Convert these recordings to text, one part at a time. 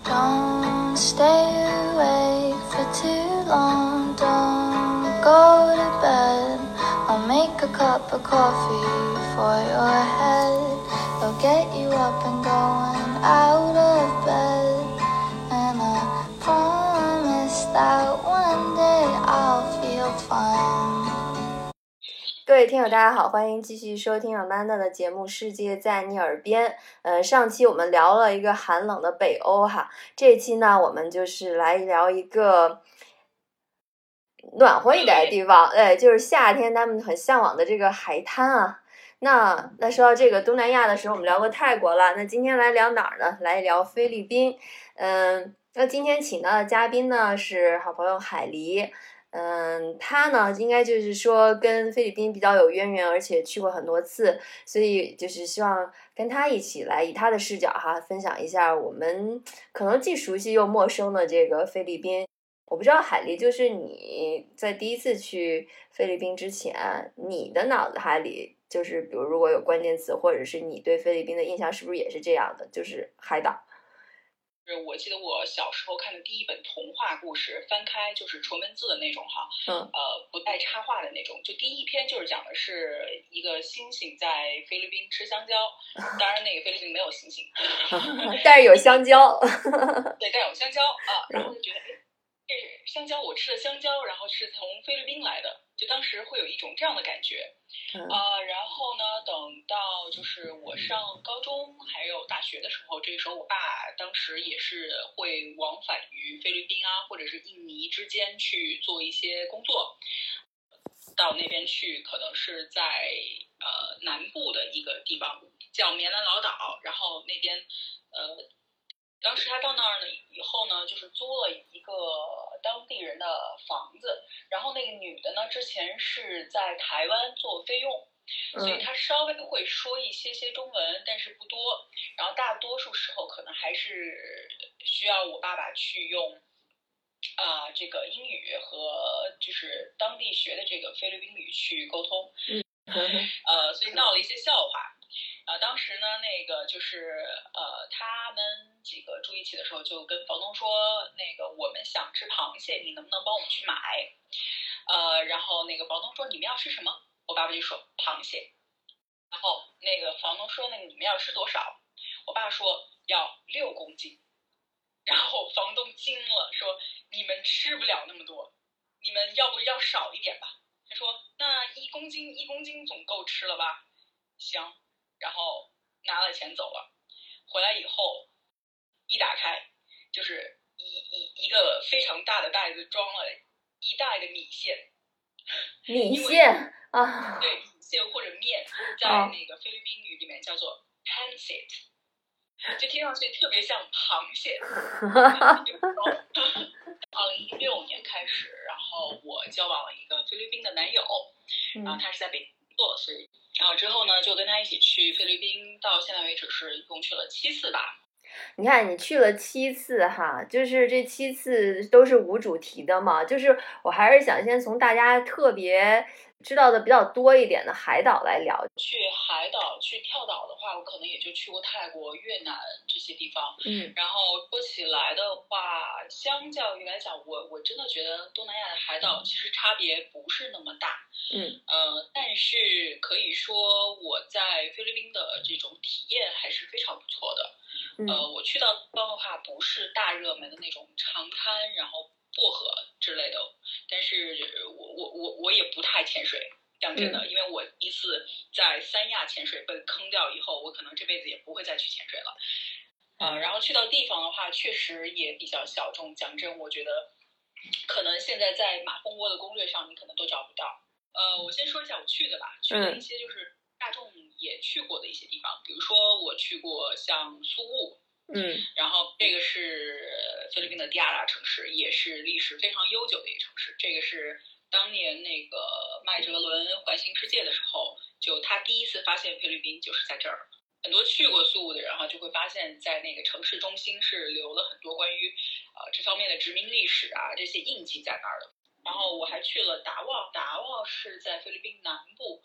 Don't stay awake for too long. Don't go to bed. I'll make a cup of coffee for your head. It'll get you up and going out of bed. And I promise that one day I'll feel fine. 各位听友大家好，欢迎继续收听 Amanda 的节目《世界在你耳边》。上期我们聊了一个寒冷的北欧哈，这一期呢我们就是来聊一个暖和一点的地方，就是夏天他们很向往的这个海滩啊。那说到这个东南亚的时候，我们聊过泰国了，那今天来聊哪儿呢？来聊菲律宾。那今天请到的嘉宾呢是好朋友海狸。他呢应该就是说跟菲律宾比较有渊源，而且去过很多次，所以就是希望跟他一起来以他的视角哈，分享一下我们可能既熟悉又陌生的这个菲律宾。我不知道海狸，就是你在第一次去菲律宾之前，你的脑海里就是比如如果有关键词，或者是你对菲律宾的印象是不是也是这样的，就是海岛？ 我记得我小时候看的第一本童话故事，翻开就是纯文字的那种哈，不带插画的那种。就第一篇就是讲的是一个猩猩在菲律宾吃香蕉，当然那个菲律宾没有猩猩， 但是有香蕉， 对，但有香蕉啊，然后就觉得这是香蕉，我吃的香蕉，然后是从菲律宾来的，就当时会有一种这样的感觉。然后呢，等到就是我上高中还有大学的时候，这个时候我爸当时也是会往返于菲律宾啊，或者是印尼之间去做一些工作，到那边去，可能是在南部的一个地方叫棉兰老岛，然后那边当时他到那儿呢以后呢，就是租了一个当地人的房子，然后那个女的呢之前是在台湾做菲佣，所以她稍微会说一些中文，但是不多，然后大多数时候可能还是需要我爸爸去用这个英语和就是当地学的这个菲律宾语去沟通，所以闹了一些笑话。当时呢，那个就是他们几个住一起的时候，就跟房东说，那个我们想吃螃蟹，你能不能帮我们去买？然后那个房东说你们要吃什么？我爸爸就说螃蟹。然后那个房东说那个你们要吃多少？我爸说要6公斤。然后房东惊了，说你们吃不了那么多，你们要不要少一点吧？他说那1公斤总够吃了吧？行。然后拿了钱走了，回来以后一打开，就是一个非常大的袋子装了1袋的米线。 米线啊？ 对，米线或者面，在那个菲律宾语里面叫做 pancit， 就听上去特别像螃蟹。2016年开始，然后我交往了一个菲律宾的男友，然后他是在北京做，所以然后之后呢，就跟他一起去菲律宾，到现在为止是一共去了7次吧。 你看你去了7次哈，就是这7次都是无主题的嘛，就是我还是想先从大家特别知道的比较多一点的海岛来聊。 去海岛去跳岛的话，我可能也就去过泰国、越南这些地方。然后说起来的话，相较于来讲，我真的觉得东南亚的海岛其实差别不是那么大。但是可以说我在菲律宾的这种体验还是非常不错的。我去到地方的话，不是大热门的那种长滩，然后薄荷之类的，但是我也不太潜水，讲真的，因为我一次在三亚潜水被坑掉以后，我可能这辈子也不会再去潜水了。然后去到地方的话，确实也比较小众，讲真，我觉得可能现在在马蜂窝的攻略上你可能都找不到。我先说一下我去的吧，去的一些就是大众也去过的一些地方，比如说我去过像苏雾，然后这个是菲律宾的第2大城市，也是历史非常悠久的一个城市。这个是当年那个麦哲伦环行世界的时候，就他第一次发现菲律宾就是在这儿。很多去过苏雾的人就会发现，在那个城市中心是留了很多关于这方面的殖民历史这些印记在那儿的。然后我还去了达旺，达旺是在菲律宾南部，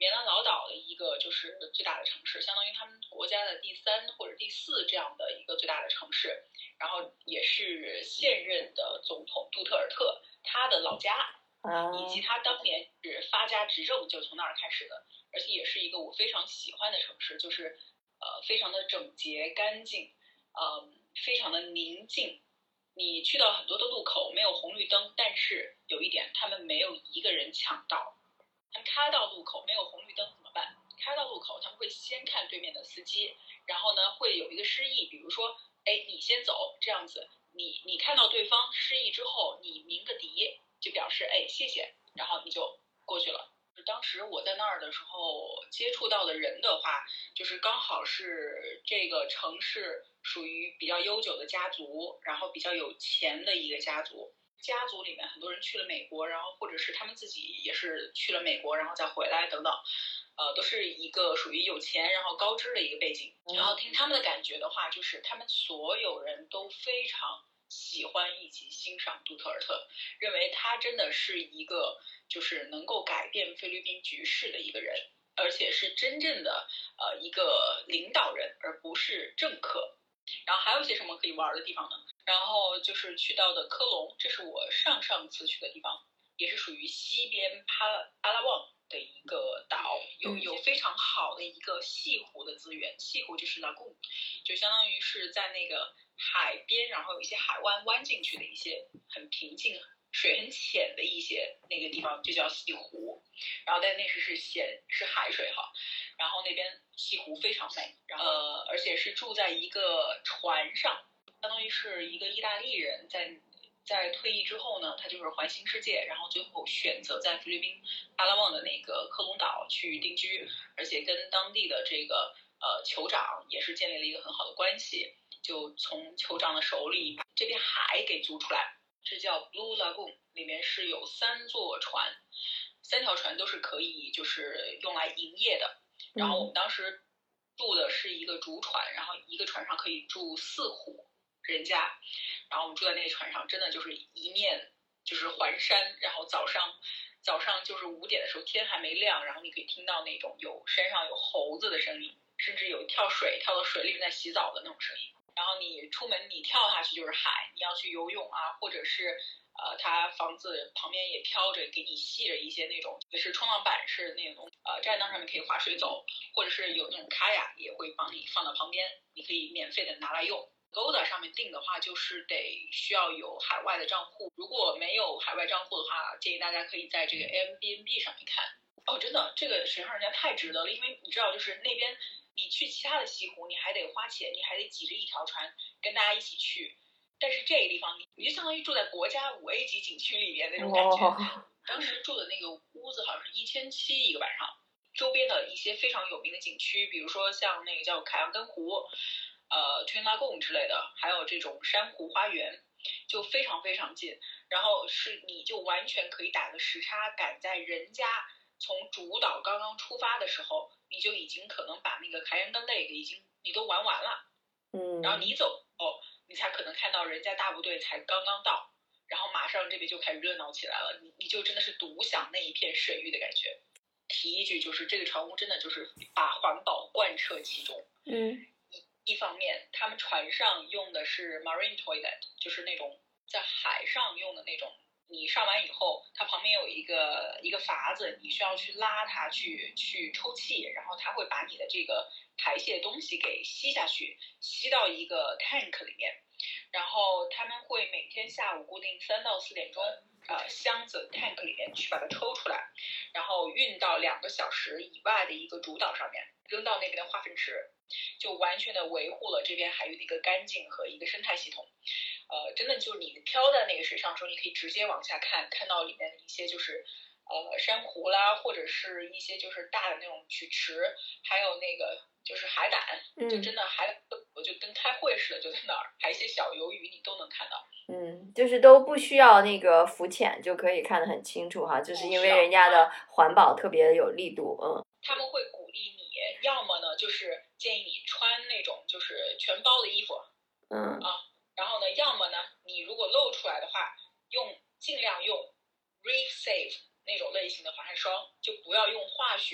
棉兰老岛的一个就是最大的城市，相当于他们国家的第3或者第4这样的一个最大的城市，然后也是现任的总统杜特尔特他的老家，以及他当年是发家执政就从那儿开始的，而且也是一个我非常喜欢的城市，就是非常的整洁干净，非常的宁静。你去到很多的路口没有红绿灯，但是有一点，他们没有一个人抢道。他们开到路口没有红绿灯怎么办？开到路口他们会先看对面的司机，然后呢会有一个示意，比如说，哎，你先走，这样子，你看到对方示意之后，你鸣个笛，就表示哎谢谢，然后你就过去了。当时我在那儿的时候接触到的人的话，就是刚好是这个城市属于比较悠久的家族，然后比较有钱的一个家族。家族里面很多人去了美国，然后或者是他们自己也是去了美国，然后再回来等等，都是一个属于有钱然后高知的一个背景。然后听他们的感觉的话，就是他们所有人都非常喜欢以及欣赏杜特尔特，认为他真的是一个就是能够改变菲律宾局势的一个人，而且是真正的一个领导人，而不是政客。然后还有一些什么可以玩的地方呢？然后就是去到的科隆，这是我上次去的地方，也是属于西边阿拉旺的一个岛，有非常好的一个西湖的资源，西湖就是 lagoon， 就相当于是在那个海边，然后有一些海湾弯进去的一些很平静、水很浅的一些那个地方，就叫西湖。然后但那是海水哈，然后那边西湖非常美，然后而且是住在一个船上。相当于是一个意大利人在退役之后呢，他就是环行世界，然后最后选择在菲律宾阿拉旺的那个科隆岛去定居，而且跟当地的这个酋长也是建立了一个很好的关系，就从酋长的手里把这片海给租出来，这叫 Blue Lagoon， 里面是有3座船，3条船都是可以就是用来营业的。然后我们当时住的是一个主船，然后一个船上可以住4户人家，然后我们住在那个船上，真的就是一面就是环山，然后早上就是5点的时候天还没亮，然后你可以听到那种山上有猴子的声音，甚至有跳到水里面在洗澡的那种声音。然后你出门你跳下去就是海，你要去游泳啊，或者是它房子旁边也飘着给你系着一些那种就是冲浪板是那种栈道上面可以划水走，或者是有那种卡雅也会帮你放到旁边，你可以免费的拿来用。Agoda 上面订的话，就是需要有海外的账户。如果没有海外账户的话，建议大家可以在这个 Airbnb 上面看。真的，这个实际上人家太值得了，因为你知道，就是那边你去其他的西湖，你还得花钱，你还得挤着一条船跟大家一起去。但是这个地方，你就相当于住在国家5A 级景区里面那种感觉。当时住的那个屋子好像是1700一个晚上，周边的一些非常有名的景区，比如说像那个叫凯昂根湖。Twin Lagoon 之类的，还有这种珊瑚花园，就非常非常近。然后你就完全可以打个时差，赶在人家从主岛刚刚出发的时候，你就已经可能把那个凯恩根 Lake 你都玩完了。然后你走你才可能看到人家大部队才刚刚到，然后马上这边就开始热闹起来了，你就真的是独享那一片水域的感觉。提一句，就是这个船屋真的就是把环保贯彻其中。一方面他们船上用的是 marine toilet， 就是那种在海上用的那种，你上完以后它旁边有一个阀子，你需要去拉它去抽气，然后它会把你的这个排泄东西给吸下去，吸到一个 tank 里面，然后他们会每天下午固定3到4点钟箱子 tank 里面去把它抽出来，然后运到2个小时以外的一个主岛上面，扔到那边的化粪池，就完全的维护了这边海域的一个干净和一个生态系统。真的就是你飘在那个水上的时候，你可以直接往下看到里面的一些就是珊瑚啦，或者是一些就是大的那种曲池，还有那个就是海胆，就真的海胆就跟开会似的就在那儿，还有一些小鱿鱼你都能看到。 就是都不需要那个浮潜就可以看得很清楚哈，就是因为人家的环保特别有力度。 他们会鼓励你，要么呢就是建议你穿那种就是全包的衣服，然后呢，要么呢你如果露出来的话，尽量用 reef safe 那种类型的防晒霜，就不要用化学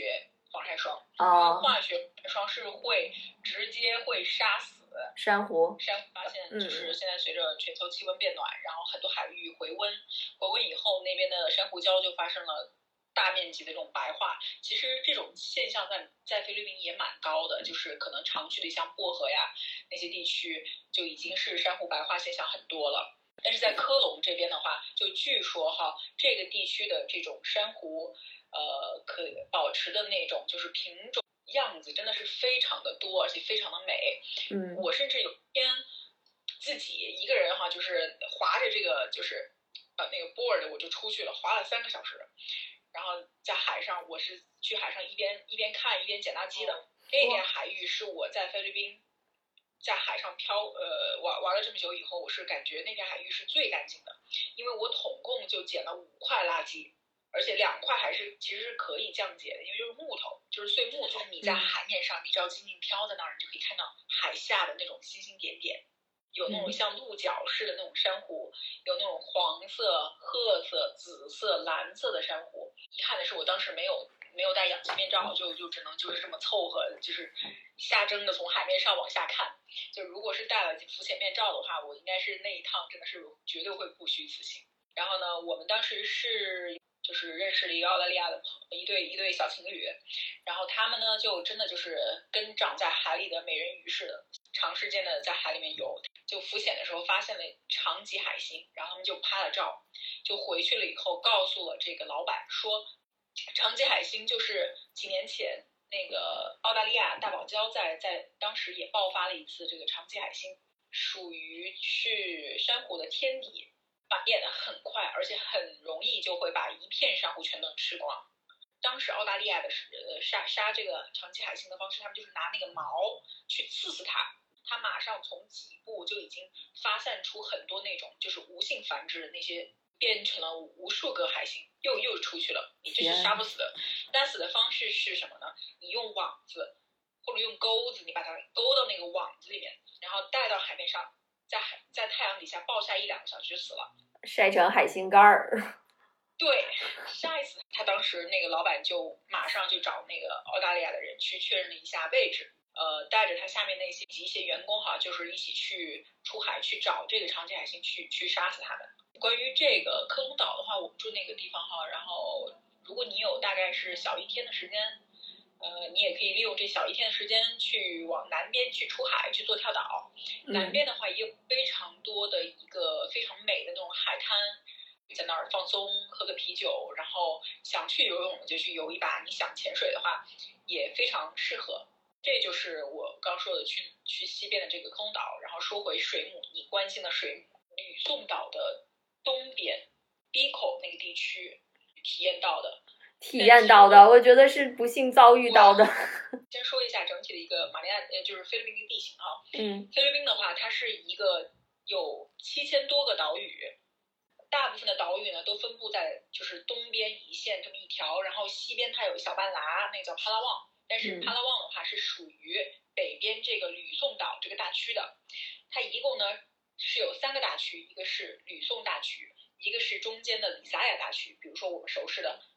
防晒霜，因为哦， 化学霜是会直接会杀死珊瑚。 发现就是现在随着全球气温变暖，然后很多海域回温以后，那边的珊瑚礁就发生了大面积的这种白化。其实这种现象在菲律宾也蛮高的，就是可能常去的像薄荷呀那些地区就已经是珊瑚白化现象很多了。但是在科隆这边的话，就据说这个地区的这种珊瑚，可保持的那种就是品种样子真的是非常的多，而且非常的美。我甚至有一天自己一个人就是划着这个就是那个 board 我就出去了，划了3个小时，然后在海上，我是去海上一边看一边捡垃圾的。那片海域是我在菲律宾在海上玩了这么久以后，我是感觉那片海域是最干净的，因为我统共就捡了5块垃圾，而且2块其实是可以降解的，因为就是木头，就是碎木头，就是你在海面上，你只要轻轻飘在那儿，你就可以看到海下的那种星星点点，有那种像鹿角似的那种珊瑚，有那种黄色、褐色、紫色、蓝色的珊瑚。遗憾的是，我当时没有戴氧气面罩，就只能就是这么凑合，就是瞎睁的从海面上往下看。就如果是戴了浮潜面罩的话，我应该是那一趟真的是绝对会不虚此行。然后呢，我们当时就是认识了一个澳大利亚的一对小情侣，然后他们呢就真的就是跟长在海里的美人鱼似的，长时间的在海里面游。就浮潜的时候发现了长脊海星，然后他们就拍了照，就回去了以后告诉了这个老板说，长脊海星就是几年前那个澳大利亚大堡礁在当时也爆发了一次这个长脊海星，属于去珊瑚的天敌，变得很快，而且很容易就会把一片珊瑚全都吃光。当时澳大利亚的杀这个长脊海星的方式，他们就是拿那个毛去刺死它，它马上从脊部就已经发散出很多那种就是无性繁殖的那些，变成了无数个海星，又出去了，你这是杀不死的。杀死的方式是什么呢？你用网子或者用钩子，你把它勾到那个网子里面，然后带到海面上，在太阳底下暴晒1-2个小时就死了， 晒成海星干儿。 对，晒死他。当时那个老板就马上就找那个澳大利亚的人去确认了一下位置，带着他下面那些一些员工就是一起去出海去找这个长脊海星，去杀死他们。关于这个科隆岛的话，我们住那个地方然后如果你有大概是小1天的时间，你也可以利用这小1天的时间去往南边去出海去做跳岛。南边的话也有非常多的一个非常美的那种海滩，在那儿放松喝个啤酒，然后想去游泳就去游一把，你想潜水的话也非常适合。这就是我刚说的去西边的这个科隆岛。然后说回水母，你关心的水母，吕宋岛的东边 Bicol 那个地区体验到的， 我觉得是不幸遭遇到的。 先说一下整体的一个就是菲律宾的地形菲律宾的话，它是一个有7000多个岛屿，大部分的岛屿呢都分布在就是东边一线这么一条，然后西边它有小半拉，那个叫帕拉旺。但是帕拉旺的话是属于北边这个吕宋岛这个大区的。它一共呢是有3个大区，一个是吕宋大区，一个是中间的里萨亚大区，比如说我们熟悉的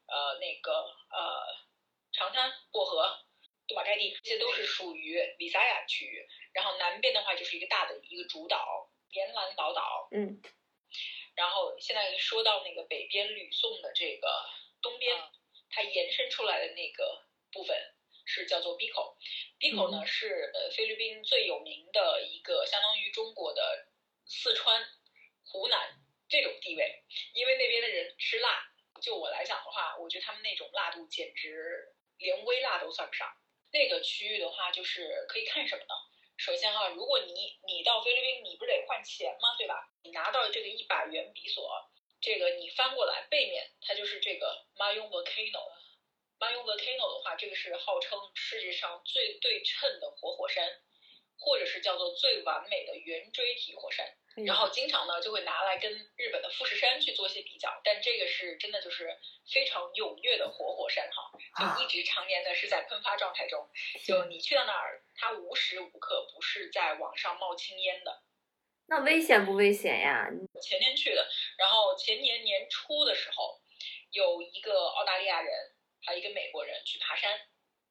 长滩、薄荷、杜马盖蒂，这些都是属于里萨亚区域。然后南边的话就是一个大的一个主岛延兰岛。然后现在说到那个北边吕宋的这个东边，它延伸出来的那个部分是叫做 Bicol。Bicol 呢是菲律宾最有名的一个相当于中国的四川、湖南这种地位，因为那边的人吃辣。就我来讲的话，我觉得他们那种辣度简直连微辣都算不上。那个区域的话，就是可以看什么呢？首先如果你到菲律宾，你不是得换钱吗？对吧？你拿到这个100元比索，这个你翻过来背面，它就是这个 Mayung Volcano。Mayung Volcano 的话，这个是号称世界上最对称的活火山，或者是叫做最完美的圆锥体火山。然后经常呢就会拿来跟日本的富士山去做一些比较，但这个是真的就是非常踊跃的活火山就一直常年的是在喷发状态中。就你去到那儿，它无时无刻不是在往上冒青烟的。 那危险不危险呀？ 前年去的，然后前年年初的时候，有一个澳大利亚人还有一个美国人去爬山，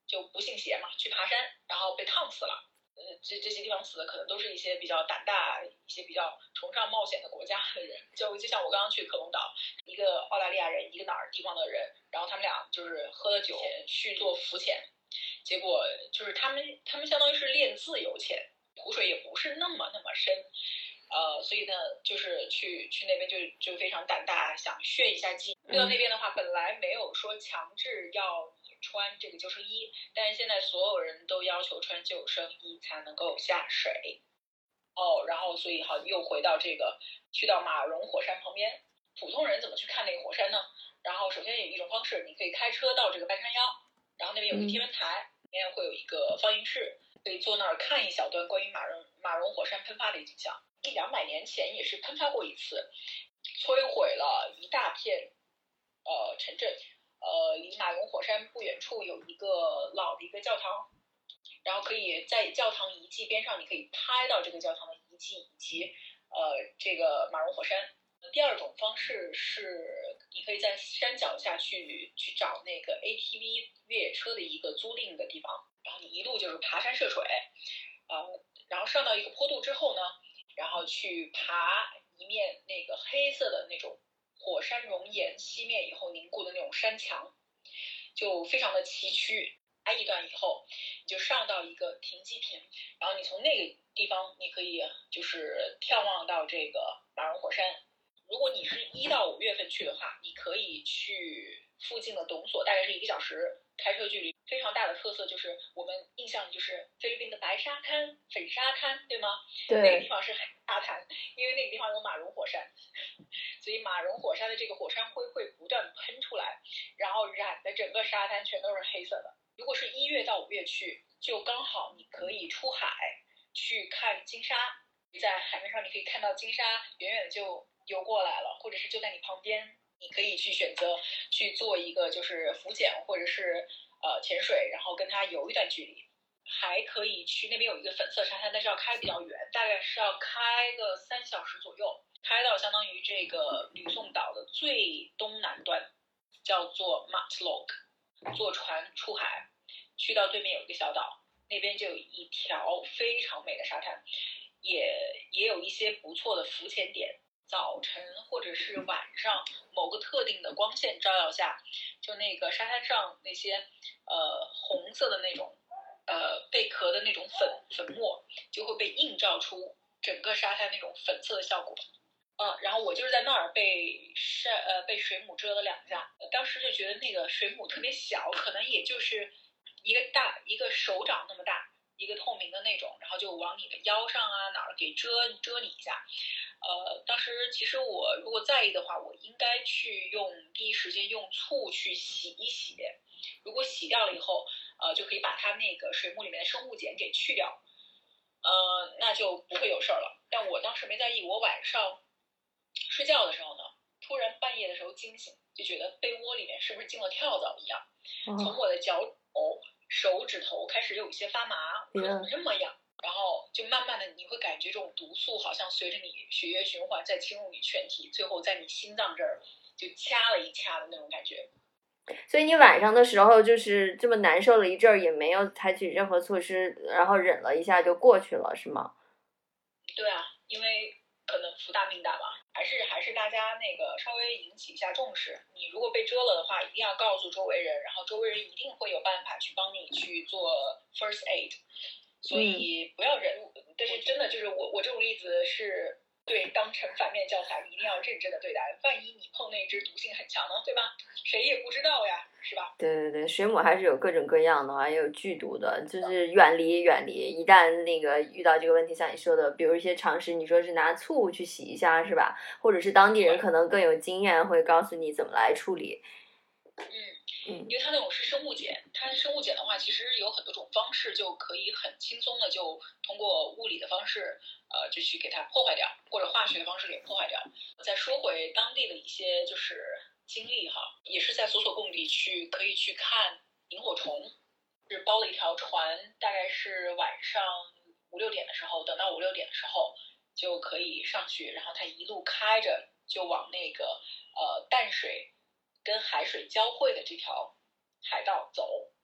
就不信邪嘛，去爬山，然后被烫死了。这些地方死的可能都是一些比较胆大、一些比较崇尚冒险的国家的人。就像我刚刚去科隆岛，一个澳大利亚人，一个哪儿地方的人，然后他们俩就是喝了酒去做浮潜，结果就是他们相当于是练自由潜，湖水也不是那么深。所以呢，就是去那边就非常胆大，想炫一下技。去到那边的话，本来没有说强制要你穿这个救生衣，但是现在所有人都要求穿救生衣才能够下水。然后所以好又回到这个，去到马荣火山旁边，普通人怎么去看那个火山呢？然后首先有一种方式，你可以开车到这个半山腰，然后那边有个天文台，里面会有一个放映室，可以坐那儿看一小段关于马荣火山喷发的景象。100-200年前也是喷发过一次，摧毁了一大片城镇。离马荣火山不远处有一个老的一个教堂，然后可以在教堂遗迹边上，你可以拍到这个教堂的遗迹以及这个马荣火山。第二种方式是，你可以在山脚下去找那个 ATV 越野车的一个租赁的地方，然后你一路就是爬山涉水，然后上到一个坡度之后呢，然后去爬一面那个黑色的那种火山熔岩熄灭以后凝固的那种山墙，就非常的崎岖。爬一段以后，你就上到一个停机坪，然后你从那个地方你可以就是眺望到这个马荣火山。如果你是1到5月份去的话，你可以去附近的董所，大概是1个小时开车距离。非常大的特色就是我们印象就是菲律宾的白沙滩、粉沙滩，对吗？ 对， 那个地方是黑沙滩，因为那个地方有马荣火山，所以马荣火山的这个火山灰会不断喷出来，然后染的整个沙滩全都是黑色的。如果是1月到5月去，就刚好你可以出海去看金沙，在海面上你可以看到金沙远远的就游过来了，或者是就在你旁边，你可以去选择去做一个就是浮潜或者是潜水，然后跟它游一段距离。还可以去那边有一个粉色沙滩，但是要开比较远，大概是要开个3小时左右，开到相当于这个吕宋岛的最东南端，叫做 Matlog， 坐船出海，去到对面有一个小岛，那边就有一条非常美的沙滩，也有一些不错的浮潜点。早晨或者是晚上某个特定的光线照耀下，就那个沙滩上那些红色的那种贝壳的那种粉末就会被映照出整个沙滩那种粉色的效果。然后我就是在那儿被水母蛰了2下，当时就觉得那个水母特别小，可能也就是一个手掌那么大，一个透明的那种，然后就往你的腰上啊哪儿给蛰你一下。当时其实我如果在意的话，我应该去第一时间用醋去洗一洗，如果洗掉了以后，就可以把它那个水母里面的生物碱给去掉，那就不会有事儿了。但我当时没在意，我晚上睡觉的时候呢，突然半夜的时候惊醒，就觉得被窝里面是不是进了跳蚤一样，从我的脚趾手指头开始有一些发麻，我说怎么这么痒，然后就慢慢的你会感觉这种毒素好像随着你血液循环在侵入你全体，最后在你心脏这儿就掐了一掐的那种感觉。 所以你晚上的时候就是这么难受了一阵儿，也没有采取任何措施，然后忍了一下就过去了，是吗？ 对啊，因为可能福大命大吧，还是大家那个稍微引起一下重视。你如果被蛰了的话，一定要告诉周围人，然后周围人一定会有办法去帮你去做 first aid， 所以不要忍。但是真的就是我这种例子是对当成反面教材，一定要认真的对待。万一你碰那只毒性很强呢，对吧？谁也不知道呀，是吧？ 对，水母还是有各种各样的，也有剧毒的，就是远离。一旦那个遇到这个问题，像你说的，比如一些常识，你说是拿醋去洗一下，是吧？或者是当地人可能更有经验，会告诉你怎么来处理。 因为它那种是生物碱，它生物碱的话，其实有很多种方式就可以很轻松的就通过物理的方式，就去给它破坏掉，或者化学的方式给破坏掉。再说回当地的一些就是经历哈，也是在索索贡地可以去看萤火虫，是包了一条船，大概是晚上5-6点的时候，等到5-6点的时候就可以上去，然后它一路开着就往那个淡水跟海水交汇的这条海道走，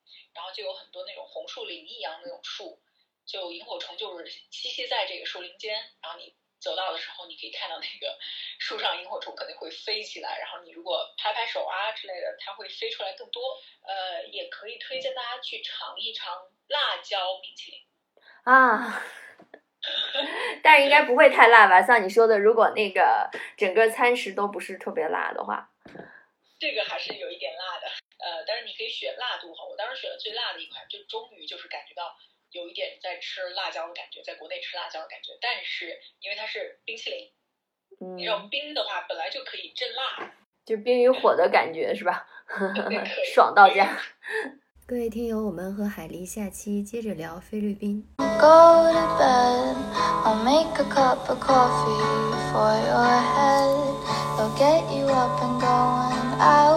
然后就有很多那种红树林一样的那种树，就萤火虫就是栖息在这个树林间，然后你走到的时候，你可以看到那个树上萤火虫可能会飞起来，然后你如果拍拍手啊之类的，它会飞出来更多。也可以推荐大家去尝一尝辣椒冰淇淋啊。但是应该不会太辣吧？像你说的，如果那个整个餐食都不是特别辣的话， 这个还是有一点辣的。但是你可以选辣度哈，我当时选了最辣的一款，就终于就是感觉到有一点在吃辣椒的感觉，在国内吃辣椒的感觉。但是因为它是冰淇淋，你知道冰的话本来就可以镇辣， 就冰与火的感觉是吧？爽到家。 各位听友，我们和海狸下期接着聊菲律宾。 Go to bed, I'll make a cup of coffee for your head. It'll get you up and going out